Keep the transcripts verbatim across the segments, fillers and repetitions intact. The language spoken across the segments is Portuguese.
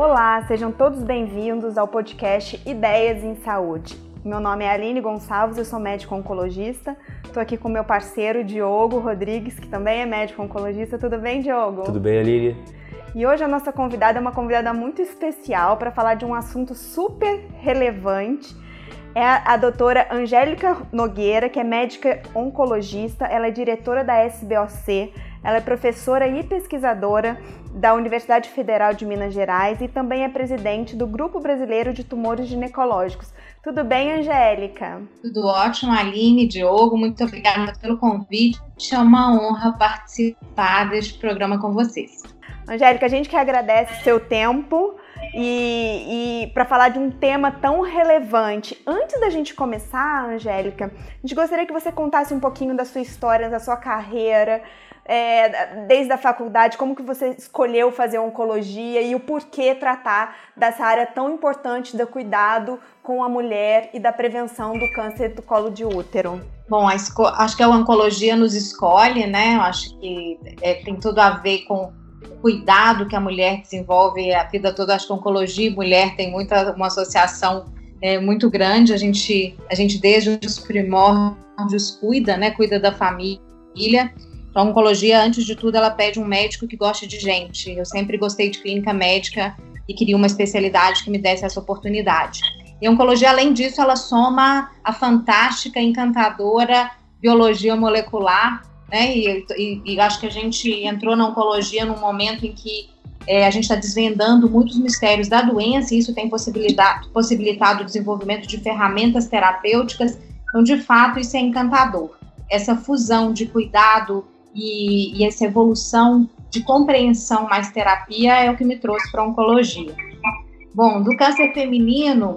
Olá, sejam todos bem-vindos ao podcast Ideias em Saúde. Meu nome é Aline Gonçalves, eu sou médico oncologista. Estou aqui com meu parceiro Diogo Rodrigues, que também é médico oncologista. Tudo bem, Diogo? Tudo bem, Aline. E hoje a nossa convidada é uma convidada muito especial para falar de um assunto super relevante. É a, a doutora Angélica Nogueira, que é médica oncologista, ela é diretora da S B O C, ela é professora e pesquisadora da Universidade Federal de Minas Gerais e também é presidente do Grupo Brasileiro de Tumores Ginecológicos. Tudo bem, Angélica? Tudo ótimo, Aline, Diogo, muito obrigada pelo convite. É uma honra participar deste programa com vocês. Angélica, a gente que agradece seu tempo e, e para falar de um tema tão relevante. Antes da gente começar, Angélica, a gente gostaria que você contasse um pouquinho da sua história, da sua carreira, é, desde a faculdade, como que você escolheu fazer oncologia e o porquê tratar dessa área tão importante do cuidado com a mulher e da prevenção do câncer do colo de útero. Bom, a esco- acho que a oncologia nos escolhe, né? Eu acho que é, tem tudo a ver com o cuidado que a mulher desenvolve a vida toda. Acho que a oncologia e mulher tem muita, uma associação é, muito grande. A gente, a gente desde os primórdios cuida, né? Cuida da família. Então, a oncologia, antes de tudo, ela pede um médico que goste de gente. Eu sempre gostei de clínica médica e queria uma especialidade que me desse essa oportunidade. E a oncologia, além disso, ela soma a fantástica, encantadora biologia molecular, né? E, e, e acho que a gente entrou na oncologia num momento em que é, a gente está desvendando muitos mistérios da doença e isso tem possibilidade, possibilitado o desenvolvimento de ferramentas terapêuticas. Então, de fato, isso é encantador. Essa fusão de cuidado e, e essa evolução de compreensão mais terapia é o que me trouxe para a oncologia. Bom, do câncer feminino,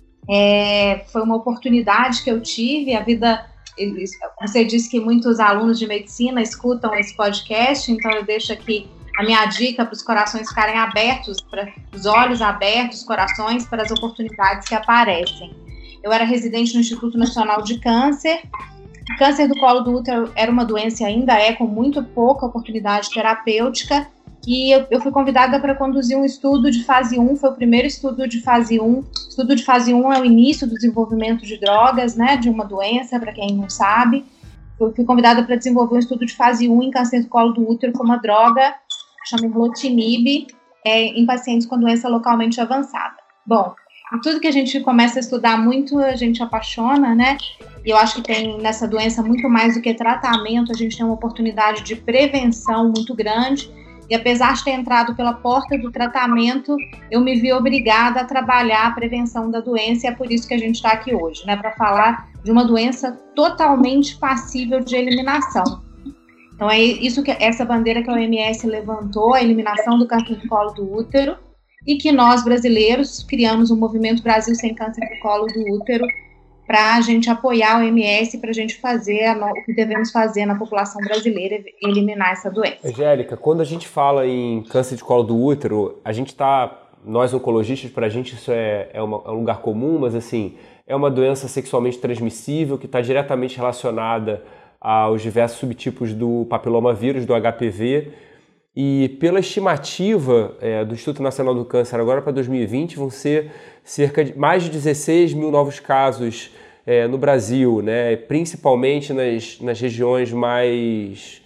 é, foi uma oportunidade que eu tive, a vida... Você disse que muitos alunos de medicina escutam esse podcast, então eu deixo aqui a minha dica para os corações ficarem abertos, para os olhos abertos, os corações, para as oportunidades que aparecem. Eu era residente no Instituto Nacional de Câncer. O câncer do colo do útero era uma doença e ainda é com muito pouca oportunidade terapêutica. E eu, eu fui convidada para conduzir um estudo de fase um, foi o primeiro estudo de fase um. Estudo de fase um é o início do desenvolvimento de drogas, né, de uma doença, para quem não sabe. Eu fui convidada para desenvolver um estudo de fase um em câncer do colo do útero com uma droga chamada erlotinib, é, em pacientes com doença localmente avançada. Bom, e tudo que a gente começa a estudar muito, a gente apaixona, né? E eu acho que tem nessa doença muito mais do que tratamento, a gente tem uma oportunidade de prevenção muito grande. E apesar de ter entrado pela porta do tratamento, eu me vi obrigada a trabalhar a prevenção da doença e é por isso que a gente está aqui hoje, né? Para falar de uma doença totalmente passível de eliminação. Então é isso que essa bandeira que a O M S levantou, a eliminação do câncer do colo do útero, e que nós brasileiros criamos o movimento Brasil Sem Câncer do Colo do Útero para a gente apoiar a O M S, para a gente fazer a no... o que devemos fazer na população brasileira e eliminar essa doença. Angélica, quando a gente fala em câncer de colo do útero, a gente está, nós oncologistas, para a gente isso é, é, uma, é um lugar comum, mas assim, é uma doença sexualmente transmissível que está diretamente relacionada aos diversos subtipos do papilomavírus, do H P V, e pela estimativa é, do Instituto Nacional do Câncer, agora para dois mil e vinte, vão ser cerca de mais de dezesseis mil novos casos é, no Brasil, né? Principalmente nas, nas regiões mais,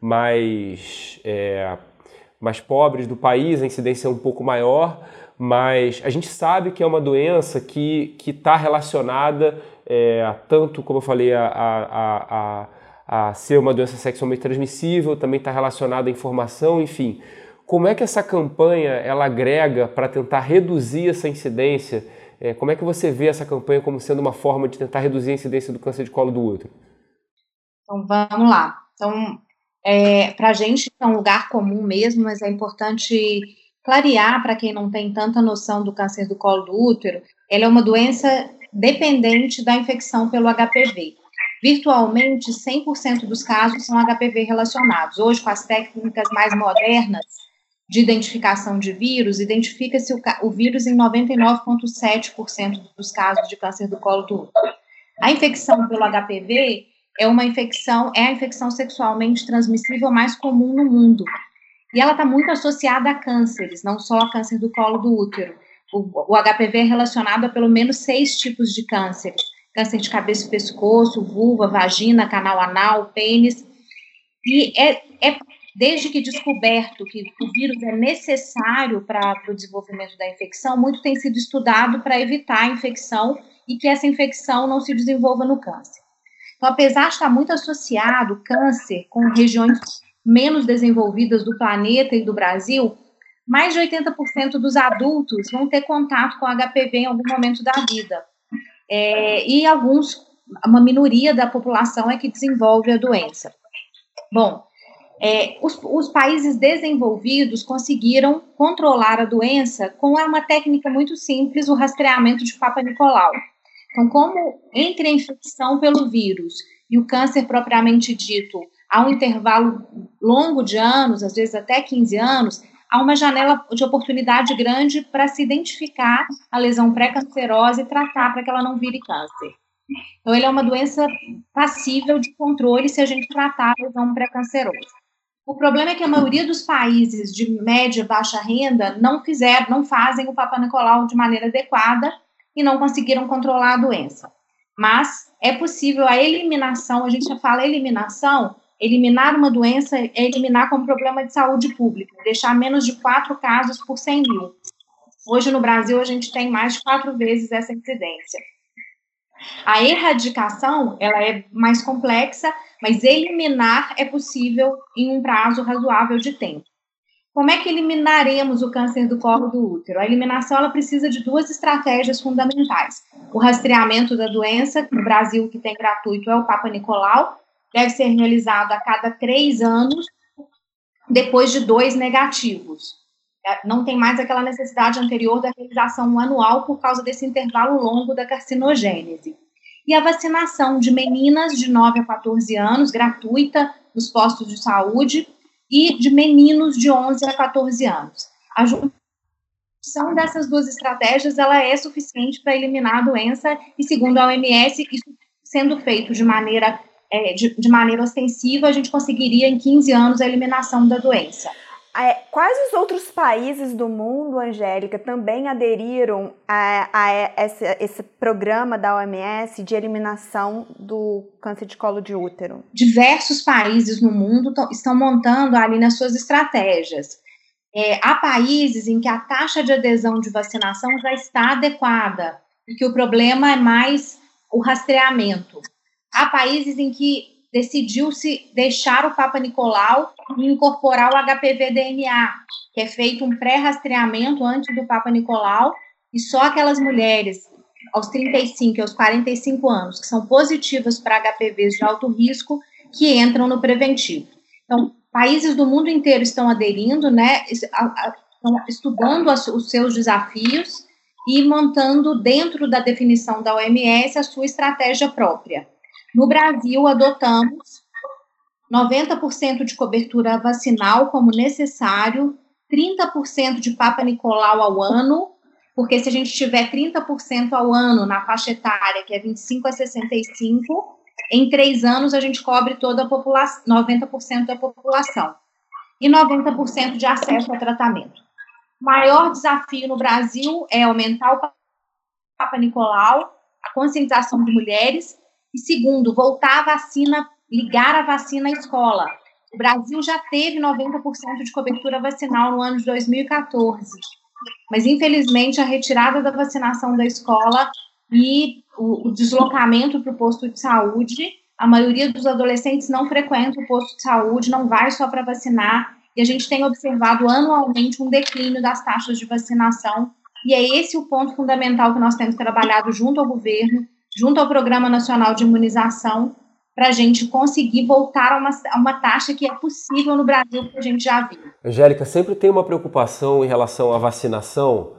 mais, é, mais pobres do país, a incidência é um pouco maior, mas a gente sabe que é uma doença que está relacionada, é, tanto, como eu falei, a, a, a a ser uma doença sexualmente transmissível, também está relacionada à informação, enfim. Como é que essa campanha ela agrega para tentar reduzir essa incidência? É, como é que você vê essa campanha como sendo uma forma de tentar reduzir a incidência do câncer de colo do útero? Então, vamos lá. Então, é, para a gente é um lugar comum mesmo, mas é importante clarear para quem não tem tanta noção do câncer do colo do útero. Ela é uma doença dependente da infecção pelo H P V. Virtualmente, cem por cento dos casos são H P V relacionados. Hoje, com as técnicas mais modernas de identificação de vírus, identifica-se o, o vírus em noventa e nove vírgula sete por cento dos casos de câncer do colo do útero. A infecção pelo H P V é uma infecção, é a infecção sexualmente transmissível mais comum no mundo. E ela está muito associada a cânceres, não só a câncer do colo do útero. O, o H P V é relacionado a pelo menos seis tipos de câncer. Câncer de cabeça e pescoço, vulva, vagina, canal anal, pênis. E é, é desde que descoberto que o vírus é necessário para o desenvolvimento da infecção, muito tem sido estudado para evitar a infecção e que essa infecção não se desenvolva no câncer. Então, apesar de estar muito associado o câncer com regiões menos desenvolvidas do planeta e do Brasil, mais de oitenta por cento dos adultos vão ter contato com H P V em algum momento da vida. É, e alguns, uma minoria da população é que desenvolve a doença. Bom, é, os, os países desenvolvidos conseguiram controlar a doença com uma técnica muito simples, o rastreamento de Papa Nicolau. Então, como entre a infecção pelo vírus e o câncer propriamente dito, há um intervalo longo de anos, às vezes até quinze anos, há uma janela de oportunidade grande para se identificar a lesão pré-cancerosa e tratar para que ela não vire câncer. Então, ele é uma doença passível de controle se a gente tratar a lesão pré-cancerosa. O problema é que a maioria dos países de média e baixa renda não fizeram, não fazem o Papa Nicolau de maneira adequada e não conseguiram controlar a doença. Mas é possível a eliminação, a gente já fala eliminação, eliminar uma doença é eliminar como problema de saúde pública, deixar menos de quatro casos por cem mil. Hoje no Brasil a gente tem mais de quatro vezes essa incidência. A erradicação, ela é mais complexa, mas eliminar é possível em um prazo razoável de tempo. Como é que eliminaremos o câncer do colo do útero? A eliminação ela precisa de duas estratégias fundamentais. O rastreamento da doença, no Brasil que tem gratuito é o Papa Nicolau, deve ser realizado a cada três anos, depois de dois negativos. Não tem mais aquela necessidade anterior da realização anual por causa desse intervalo longo da carcinogênese. E a vacinação de meninas de nove a quatorze anos, gratuita nos postos de saúde, e de meninos de onze a quatorze anos. A junção dessas duas estratégias ela é suficiente para eliminar a doença e, segundo a O M S, isso sendo feito de maneira, é, de, de maneira ostensiva, a gente conseguiria em quinze anos a eliminação da doença. É, quais os outros países do mundo, Angélica, também aderiram a, a esse, esse programa da O M S de eliminação do câncer de colo de útero? Diversos países no mundo estão montando ali nas suas estratégias. É, há países em que a taxa de adesão de vacinação já está adequada e que o problema é mais o rastreamento. Há países em que decidiu-se deixar o Papa Nicolau e incorporar o H P V D N A, que é feito um pré-rastreamento antes do Papa Nicolau, e só aquelas mulheres aos trinta e cinco e aos quarenta e cinco anos que são positivas para H P Vs de alto risco que entram no preventivo. Então, países do mundo inteiro estão aderindo, né, estão estudando os seus desafios e montando dentro da definição da O M S a sua estratégia própria. No Brasil, adotamos noventa por cento de cobertura vacinal como necessário, trinta por cento de Papa Nicolau ao ano, porque se a gente tiver trinta por cento ao ano na faixa etária, que é vinte e cinco a sessenta e cinco, em três anos a gente cobre toda a população, noventa por cento da população. E noventa por cento de acesso ao tratamento. O maior desafio no Brasil é aumentar o Papa Nicolau, a conscientização de mulheres, e segundo, voltar a vacina, ligar a vacina à escola. O Brasil já teve noventa por cento de cobertura vacinal no ano de dois mil e quatorze, mas infelizmente a retirada da vacinação da escola e o, o deslocamento para o posto de saúde, a maioria dos adolescentes não frequenta o posto de saúde, não vai só para vacinar, e a gente tem observado anualmente um declínio das taxas de vacinação, e é esse o ponto fundamental que nós temos trabalhado junto ao governo, junto ao Programa Nacional de Imunização, para a gente conseguir voltar a uma, a uma taxa que é possível no Brasil, que a gente já viu. Angélica, sempre tem uma preocupação em relação à vacinação.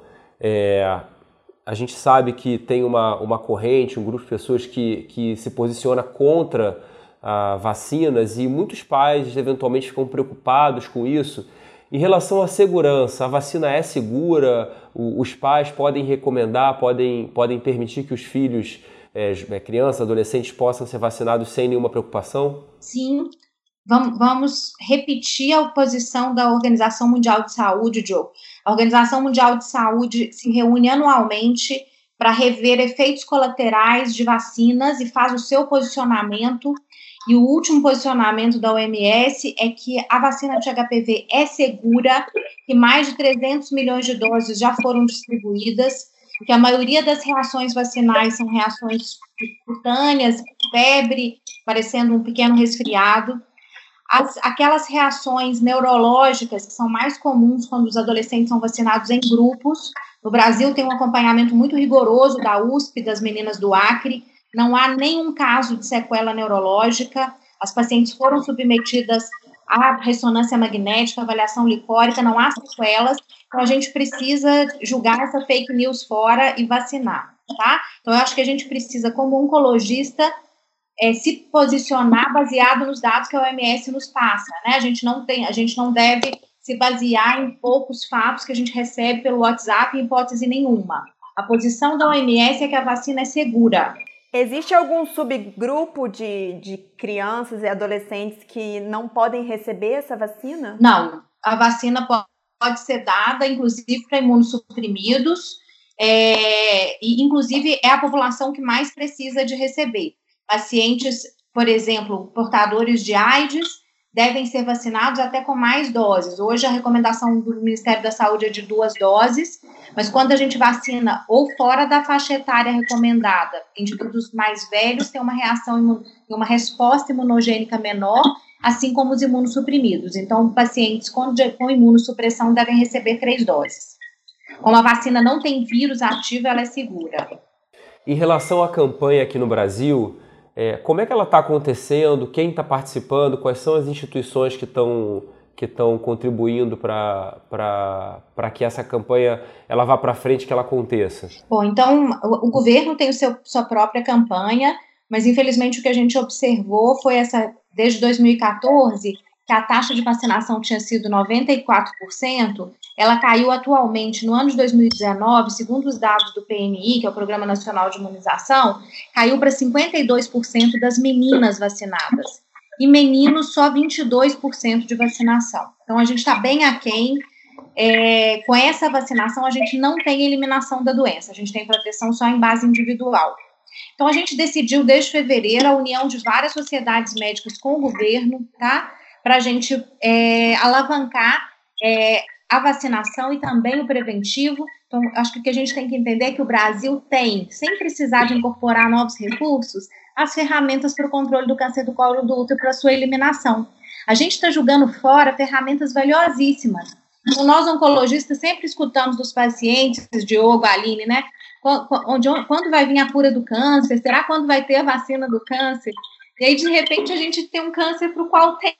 É, a gente sabe que tem uma, uma corrente, um grupo de pessoas que, que se posiciona contra ah, vacinas e muitos pais eventualmente ficam preocupados com isso. Em relação à segurança, a vacina é segura? Os pais podem recomendar, podem, podem permitir que os filhos, é, crianças, adolescentes, possam ser vacinados sem nenhuma preocupação? Sim. vamos, vamos repetir a posição da Organização Mundial de Saúde, Diogo. A Organização Mundial de Saúde se reúne anualmente para rever efeitos colaterais de vacinas e faz o seu posicionamento. E o último posicionamento da O M S é que a vacina de H P V é segura, que mais de trezentos milhões de doses já foram distribuídas, que a maioria das reações vacinais são reações cutâneas, febre, parecendo um pequeno resfriado. As, aquelas reações neurológicas que são mais comuns quando os adolescentes são vacinados em grupos. No Brasil tem um acompanhamento muito rigoroso da U S P, das meninas do Acre, não há nenhum caso de sequela neurológica, as pacientes foram submetidas à ressonância magnética, avaliação licórica, não há sequelas, então a gente precisa julgar essa fake news fora e vacinar, tá? Então eu acho que a gente precisa, como oncologista, É, se posicionar baseado nos dados que a O M S nos passa, né? A gente não tem, a gente não deve se basear em poucos fatos que a gente recebe pelo WhatsApp em hipótese nenhuma. A posição da O M S é que a vacina é segura. Existe algum subgrupo de, de crianças e adolescentes que não podem receber essa vacina? Não, a vacina pode, pode ser dada, inclusive, para imunossuprimidos, é, e inclusive é a população que mais precisa de receber. Pacientes, por exemplo, portadores de AIDS, devem ser vacinados até com mais doses. Hoje a recomendação do Ministério da Saúde é de duas doses, mas quando a gente vacina ou fora da faixa etária recomendada, indivíduos mais velhos têm uma reação, uma resposta imunogênica menor, assim como os imunossuprimidos. Então, pacientes com, com imunossupressão devem receber três doses. Como a vacina não tem vírus ativo, ela é segura. Em relação à campanha aqui no Brasil, É, como é que ela está acontecendo? Quem está participando? Quais são as instituições que estão que estão contribuindo para que essa campanha ela vá para frente, que ela aconteça? Bom, então o, o governo tem o seu, sua própria campanha, mas infelizmente o que a gente observou foi essa, desde dois mil e quatorze, que a taxa de vacinação tinha sido noventa e quatro por cento, ela caiu atualmente no ano de dois mil e dezenove, segundo os dados do P N I, que é o Programa Nacional de Imunização, caiu para cinquenta e dois por cento das meninas vacinadas, e meninos só vinte e dois por cento de vacinação. Então a gente está bem aquém, é, com essa vacinação a gente não tem eliminação da doença, a gente tem proteção só em base individual. Então a gente decidiu desde fevereiro a união de várias sociedades médicas com o governo, tá? Para a gente é, alavancar é, a vacinação e também o preventivo. Então, acho que o que a gente tem que entender é que o Brasil tem, sem precisar de incorporar novos recursos, as ferramentas para o controle do câncer do colo do útero para sua eliminação. A gente está jogando fora ferramentas valiosíssimas. Então, nós, oncologistas, sempre escutamos dos pacientes, Diogo, Aline, né? Onde, quando vai vir a cura do câncer? Será quando vai ter a vacina do câncer? E aí, de repente, a gente tem um câncer para o qual tem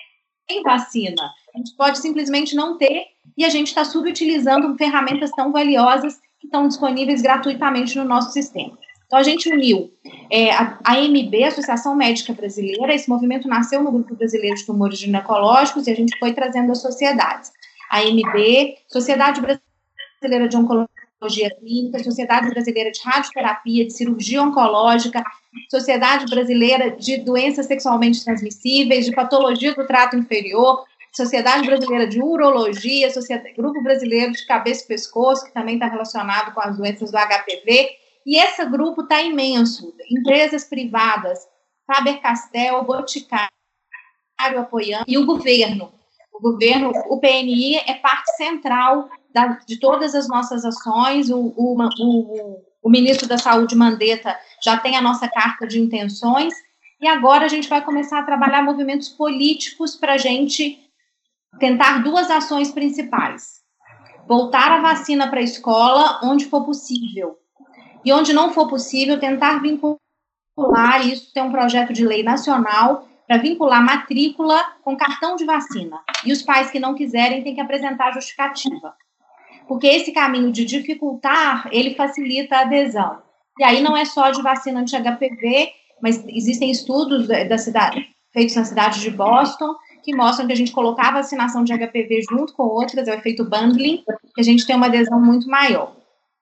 tem vacina, a gente pode simplesmente não ter, e a gente está subutilizando ferramentas tão valiosas que estão disponíveis gratuitamente no nosso sistema. Então, a gente uniu é, a A M B, Associação Médica Brasileira, esse movimento nasceu no Grupo Brasileiro de Tumores Ginecológicos, e a gente foi trazendo as sociedades. A A M B, Sociedade Brasileira de Oncologia Clínica, Sociedade Brasileira de Radioterapia, de Cirurgia Oncológica, Sociedade Brasileira de Doenças Sexualmente Transmissíveis, de Patologia do Trato Inferior, Sociedade Brasileira de Urologia, Sociedade, Grupo Brasileiro de Cabeça e Pescoço, que também está relacionado com as doenças do H P V, e esse grupo está imenso. Empresas privadas, Faber-Castell, Boticário apoiando, e o governo. O governo, o P N I é parte central da, de todas as nossas ações. O, o, o, o ministro da Saúde, Mandetta, já tem a nossa carta de intenções, e agora a gente vai começar a trabalhar movimentos políticos para a gente tentar duas ações principais. Voltar a vacina para a escola onde for possível, e onde não for possível, tentar vincular isso, ter um projeto de lei nacional para vincular matrícula com cartão de vacina. E os pais que não quiserem têm que apresentar justificativa. Porque esse caminho de dificultar, ele facilita a adesão. E aí não é só de vacina anti-H P V, mas existem estudos da cidade, feitos na cidade de Boston, que mostram que a gente colocar a vacinação de H P V junto com outras, é o efeito bundling, que a gente tem uma adesão muito maior.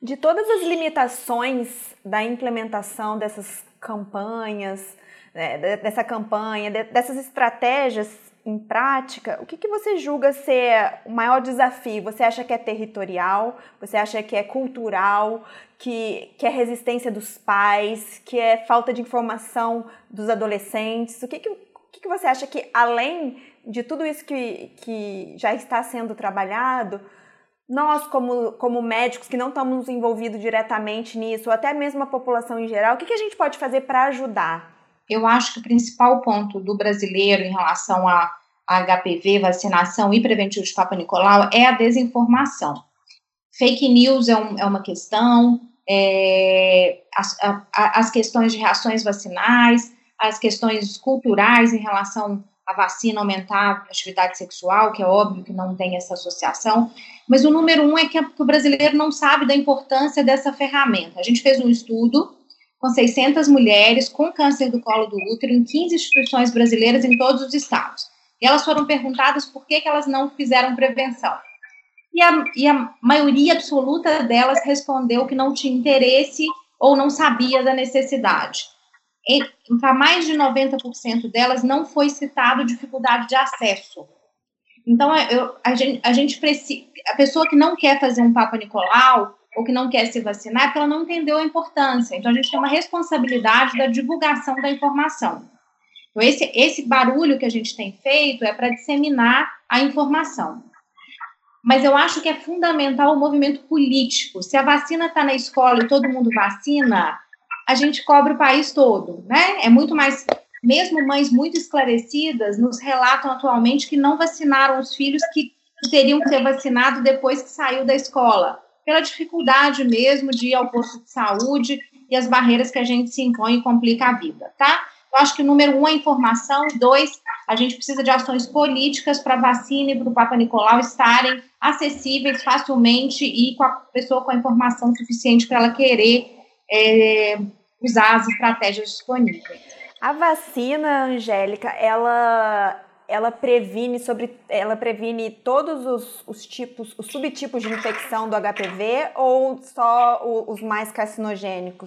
De todas as limitações da implementação dessas campanhas, né, dessa campanha, dessas estratégias em prática, o que, que você julga ser o maior desafio? Você acha que é territorial? Você acha que é cultural? Que, que é resistência dos pais? Que é falta de informação dos adolescentes? O que, que, o que, que você acha que, além de tudo isso que, que já está sendo trabalhado, nós, como, como médicos que não estamos envolvidos diretamente nisso, ou até mesmo a população em geral, o que, que a gente pode fazer para ajudar? Eu acho que o principal ponto do brasileiro em relação a, a H P V, vacinação e preventivo de Papa Nicolau é a desinformação. Fake news é, um, é uma questão, é, as, a, as questões de reações vacinais, as questões culturais em relação à vacina aumentar a atividade sexual, que é óbvio que não tem essa associação, mas o número um é que, a, que o brasileiro não sabe da importância dessa ferramenta. A gente fez um estudo com seiscentas mulheres com câncer do colo do útero em quinze instituições brasileiras em todos os estados. E elas foram perguntadas por que, que elas não fizeram prevenção. E a, e a maioria absoluta delas respondeu que não tinha interesse ou não sabia da necessidade. Para mais de noventa por cento delas não foi citado dificuldade de acesso. Então, eu, a gente, a gente precisa... A pessoa que não quer fazer um Papa Nicolau ou que não quer se vacinar, é porque ela não entendeu a importância. Então, a gente tem uma responsabilidade da divulgação da informação. Então, esse, esse barulho que a gente tem feito é para disseminar a informação. Mas eu acho que é fundamental o movimento político. Se a vacina está na escola e todo mundo vacina, a gente cobre o país todo, né? É muito mais... Mesmo mães muito esclarecidas nos relatam atualmente que não vacinaram os filhos que, que teriam que ser vacinados depois que saiu da escola, pela dificuldade mesmo de ir ao posto de saúde e as barreiras que a gente se impõe e complica a vida, tá? Eu acho que o número um é informação, dois, a gente precisa de ações políticas para a vacina e para o Papa Nicolau estarem acessíveis facilmente e com a pessoa com a informação suficiente para ela querer é, usar as estratégias disponíveis. A vacina, Angélica, ela... ela previne sobre, ela previne todos os, os tipos, os subtipos de infecção do H P V ou só o, os mais carcinogênicos?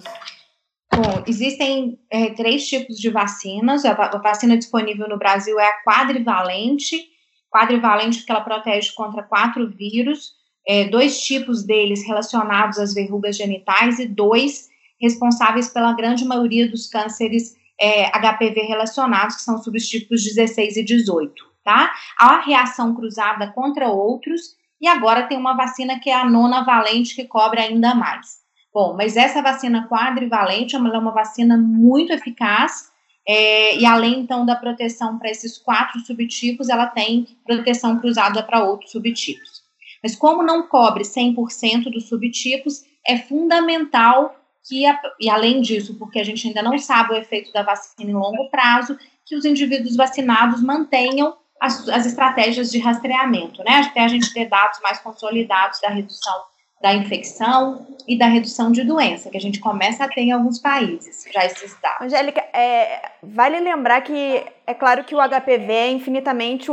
Bom, existem é, três tipos de vacinas. A, a vacina disponível no Brasil é a quadrivalente. Quadrivalente porque ela protege contra quatro vírus, é, dois tipos deles relacionados às verrugas genitais e dois responsáveis pela grande maioria dos cânceres É, H P V relacionados, que são subtipos dezesseis e dezoito, tá? Há reação cruzada contra outros, e agora tem uma vacina que é a nona valente, que cobre ainda mais. Bom, mas essa vacina quadrivalente é uma, é uma vacina muito eficaz, é, e além, então, da proteção para esses quatro subtipos, ela tem proteção cruzada para outros subtipos. Mas como não cobre cem por cento dos subtipos, é fundamental que, a, e além disso, porque a gente ainda não sabe o efeito da vacina em longo prazo, que os indivíduos vacinados mantenham as, as estratégias de rastreamento, né? Até a gente ter dados mais consolidados da redução da infecção e da redução de doença, que a gente começa a ter em alguns países, já esses dados. Angélica, é, vale lembrar que é claro que o H P V é infinitamente, o,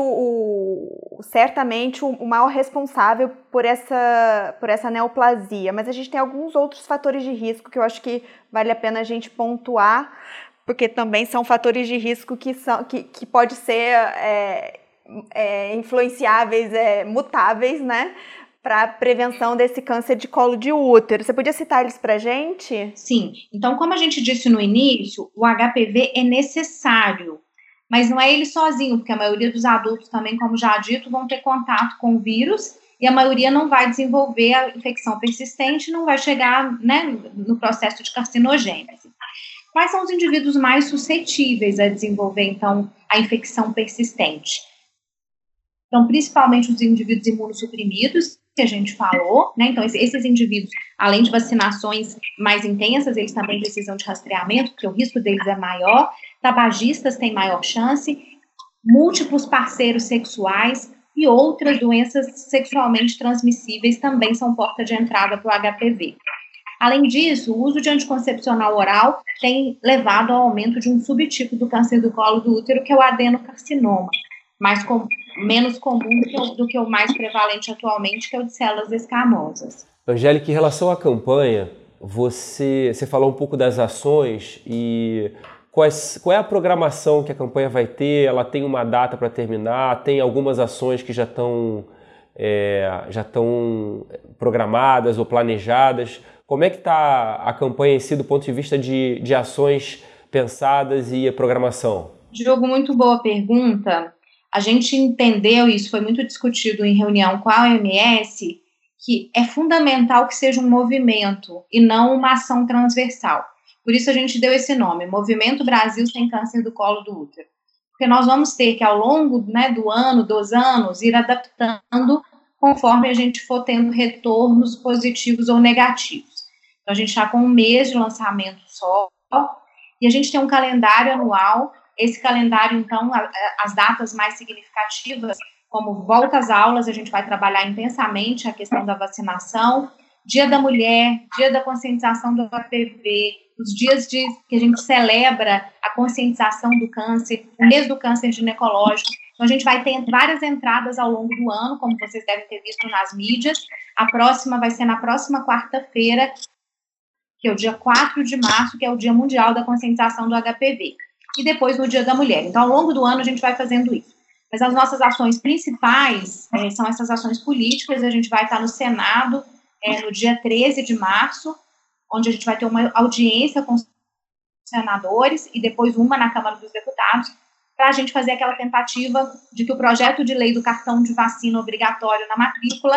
o certamente, o, o maior responsável por essa, por essa neoplasia, mas a gente tem alguns outros fatores de risco que eu acho que vale a pena a gente pontuar, porque também são fatores de risco que, são, que, que pode ser é, é, influenciáveis, é, mutáveis, né? Para a prevenção desse câncer de colo de útero. Você podia citar eles para a gente? Sim. Então, como a gente disse no início, o H P V é necessário, mas não é ele sozinho, porque a maioria dos adultos também, como já dito, vão ter contato com o vírus e a maioria não vai desenvolver a infecção persistente, não vai chegar, né, no processo de carcinogênese. Quais são os indivíduos mais suscetíveis a desenvolver, então, a infecção persistente? Então, principalmente os indivíduos imunossuprimidos, que a gente falou, né? Então, esses indivíduos, além de vacinações mais intensas, eles também precisam de rastreamento, porque o risco deles é maior. Tabagistas têm maior chance, múltiplos parceiros sexuais e outras doenças sexualmente transmissíveis também são porta de entrada para o H P V. Além disso, o uso de anticoncepcional oral tem levado ao aumento de um subtipo do câncer do colo do útero, que é o adenocarcinoma, mais com, menos comum do que, o, do que o mais prevalente atualmente, que é o de células escamosas. Angélica, em relação à campanha, você, você falou um pouco das ações e quais, qual é a programação que a campanha vai ter? Ela tem uma data para terminar? Tem algumas ações que já estão é, já estão programadas ou planejadas? Como é que está a campanha em si do ponto de vista de, de ações pensadas e a programação? Diogo, muito boa pergunta. A gente entendeu, e isso foi muito discutido em reunião com a O M S, que é fundamental que seja um movimento e não uma ação transversal. Por isso a gente deu esse nome, Movimento Brasil Sem Câncer do Colo do Útero. Porque nós vamos ter que, ao longo, né, do ano, dos anos, ir adaptando conforme a gente for tendo retornos positivos ou negativos. Então, a gente está com um mês de lançamento só, e a gente tem um calendário anual. Esse calendário, então, as datas mais significativas, como volta às aulas, a gente vai trabalhar intensamente a questão da vacinação, Dia da Mulher, Dia da Conscientização do H P V, os dias de, que a gente celebra a conscientização do câncer, o mês do câncer ginecológico. Então, a gente vai ter várias entradas ao longo do ano, como vocês devem ter visto nas mídias. A próxima vai ser na próxima quarta-feira, que é o dia quatro de março, que é o Dia Mundial da Conscientização do H P V. E depois no Dia da Mulher. Então, ao longo do ano, a gente vai fazendo isso. Mas as nossas ações principais é, são essas ações políticas. A gente vai estar no Senado é, no dia treze de março, onde a gente vai ter uma audiência com os senadores e depois uma na Câmara dos Deputados, para a gente fazer aquela tentativa de que o projeto de lei do cartão de vacina obrigatório na matrícula,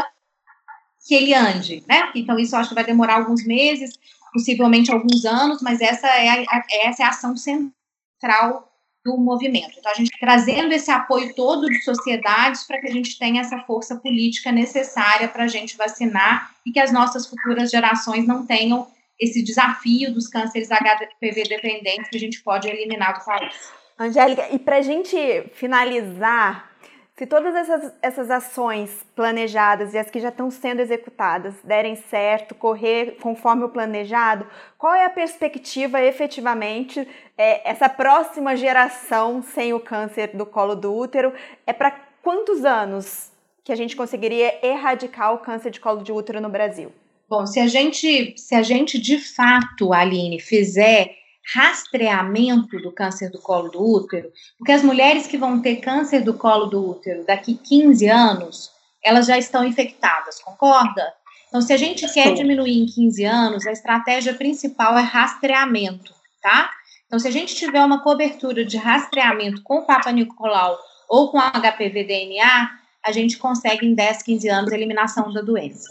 que ele ande, né? Então, isso eu acho que vai demorar alguns meses, possivelmente alguns anos, mas essa é a, essa é a ação central do movimento. Então, a gente trazendo esse apoio todo de sociedades para que a gente tenha essa força política necessária para a gente vacinar e que as nossas futuras gerações não tenham esse desafio dos cânceres H P V dependentes que a gente pode eliminar do país. Angélica, e para a gente finalizar, se todas essas, essas ações planejadas e as que já estão sendo executadas derem certo, correr conforme o planejado, qual é a perspectiva efetivamente, é, essa próxima geração sem o câncer do colo do útero? É para quantos anos que a gente conseguiria erradicar o câncer de colo de útero no Brasil? Bom, se a gente, se a gente de fato, Aline, fizer rastreamento do câncer do colo do útero, porque as mulheres que vão ter câncer do colo do útero daqui quinze anos, elas já estão infectadas, concorda? Então, se a gente quer diminuir em quinze anos, a estratégia principal é rastreamento, tá? Então, se a gente tiver uma cobertura de rastreamento com Papa Nicolau ou com H P V D N A, a gente consegue em dez, quinze anos a eliminação da doença.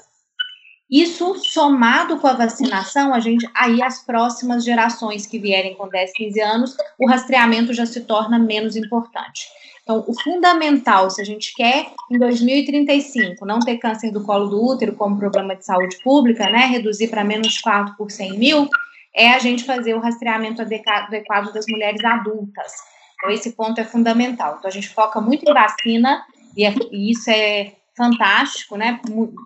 Isso somado com a vacinação, a gente, aí as próximas gerações que vierem com dez, quinze anos, o rastreamento já se torna menos importante. Então, o fundamental, se a gente quer, em dois mil e trinta e cinco, não ter câncer do colo do útero como problema de saúde pública, né, reduzir para menos de quatro por cem mil, é a gente fazer o rastreamento adequado das mulheres adultas. Então, esse ponto é fundamental. Então, a gente foca muito em vacina, e, é, e isso é fantástico, né?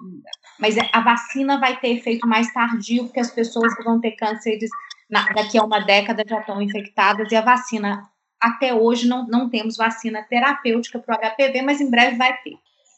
Mas a vacina vai ter efeito mais tardio, porque as pessoas que vão ter cânceres na, daqui a uma década já estão infectadas, e a vacina, até hoje, não, não temos vacina terapêutica para o H P V, mas em breve vai ter.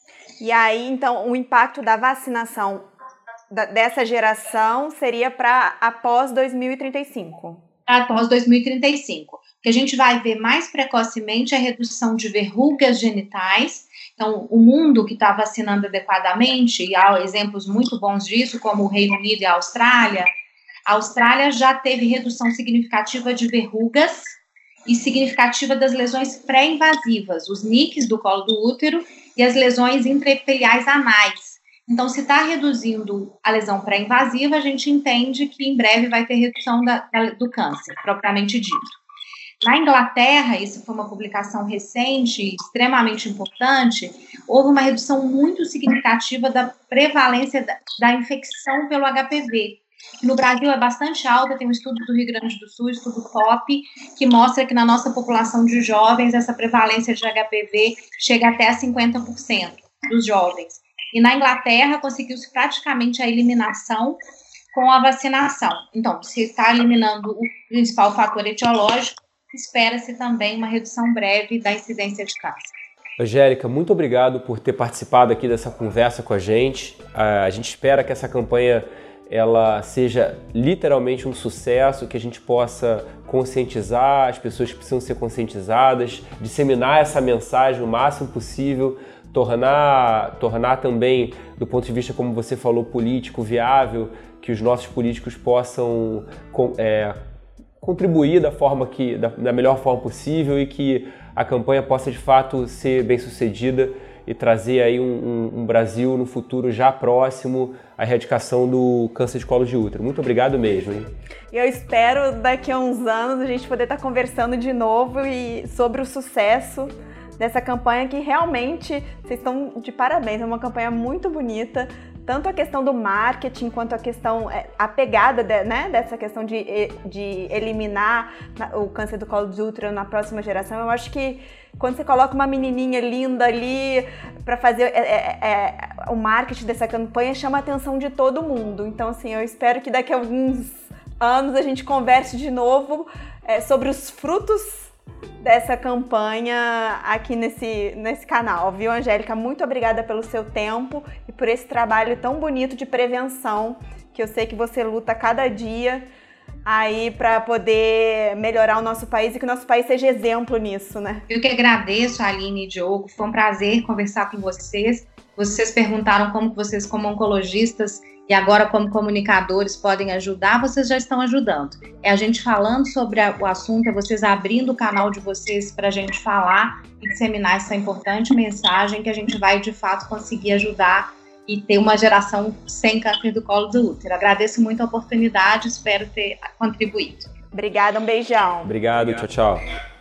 E aí, então, o impacto da vacinação da, dessa geração seria para após dois mil e trinta e cinco? Após dois mil e trinta e cinco. Que a gente vai ver mais precocemente a redução de verrugas genitais. Então, o mundo que está vacinando adequadamente, e há exemplos muito bons disso, como o Reino Unido e a Austrália, a Austrália já teve redução significativa de verrugas e significativa das lesões pré-invasivas, os N I Cs do colo do útero e as lesões intraepiteliais anais. Então, se está reduzindo a lesão pré-invasiva, a gente entende que em breve vai ter redução da, da, do câncer, propriamente dito. Na Inglaterra, isso foi uma publicação recente, extremamente importante, houve uma redução muito significativa da prevalência da, da infecção pelo H P V. No Brasil é bastante alta, tem um estudo do Rio Grande do Sul, estudo P O P, que mostra que na nossa população de jovens, essa prevalência de H P V chega até a cinquenta por cento dos jovens. E na Inglaterra conseguiu-se praticamente a eliminação com a vacinação. Então, se está eliminando o principal fator etiológico, espera-se também uma redução breve da incidência de câncer. Angélica, muito obrigado por ter participado aqui dessa conversa com a gente. A gente espera que essa campanha ela seja literalmente um sucesso, que a gente possa conscientizar as pessoas que precisam ser conscientizadas, disseminar essa mensagem o máximo possível, tornar, tornar também, do ponto de vista, como você falou, político, viável, que os nossos políticos possam é, contribuir da forma que, da, da melhor forma possível e que a campanha possa de fato ser bem sucedida e trazer aí um, um, um Brasil no futuro já próximo à erradicação do câncer de colo de útero. Muito obrigado mesmo, hein? Eu espero daqui a uns anos a gente poder estar conversando de novo e sobre o sucesso dessa campanha que realmente vocês estão de parabéns, é uma campanha muito bonita. Tanto a questão do marketing, quanto a questão, a pegada de, né, dessa questão de, de eliminar o câncer do colo de útero na próxima geração. Eu acho que quando você coloca uma menininha linda ali para fazer é, é, é, o marketing dessa campanha, chama a atenção de todo mundo. Então, assim, eu espero que daqui a alguns anos a gente converse de novo é, sobre os frutos dessa campanha aqui nesse, nesse canal, viu, Angélica? Muito obrigada pelo seu tempo e por esse trabalho tão bonito de prevenção que eu sei que você luta cada dia aí para poder melhorar o nosso país e que o nosso país seja exemplo nisso, né? Eu que agradeço, Aline e Diogo, foi um prazer conversar com vocês. Vocês perguntaram como vocês, como oncologistas e agora como comunicadores, podem ajudar, vocês já estão ajudando. É a gente falando sobre a, o assunto, é vocês abrindo o canal de vocês para a gente falar e disseminar essa importante mensagem que a gente vai, de fato, conseguir ajudar e ter uma geração sem câncer do colo do útero. Agradeço muito a oportunidade, espero ter contribuído. Obrigada, um beijão. Obrigado, tchau, tchau.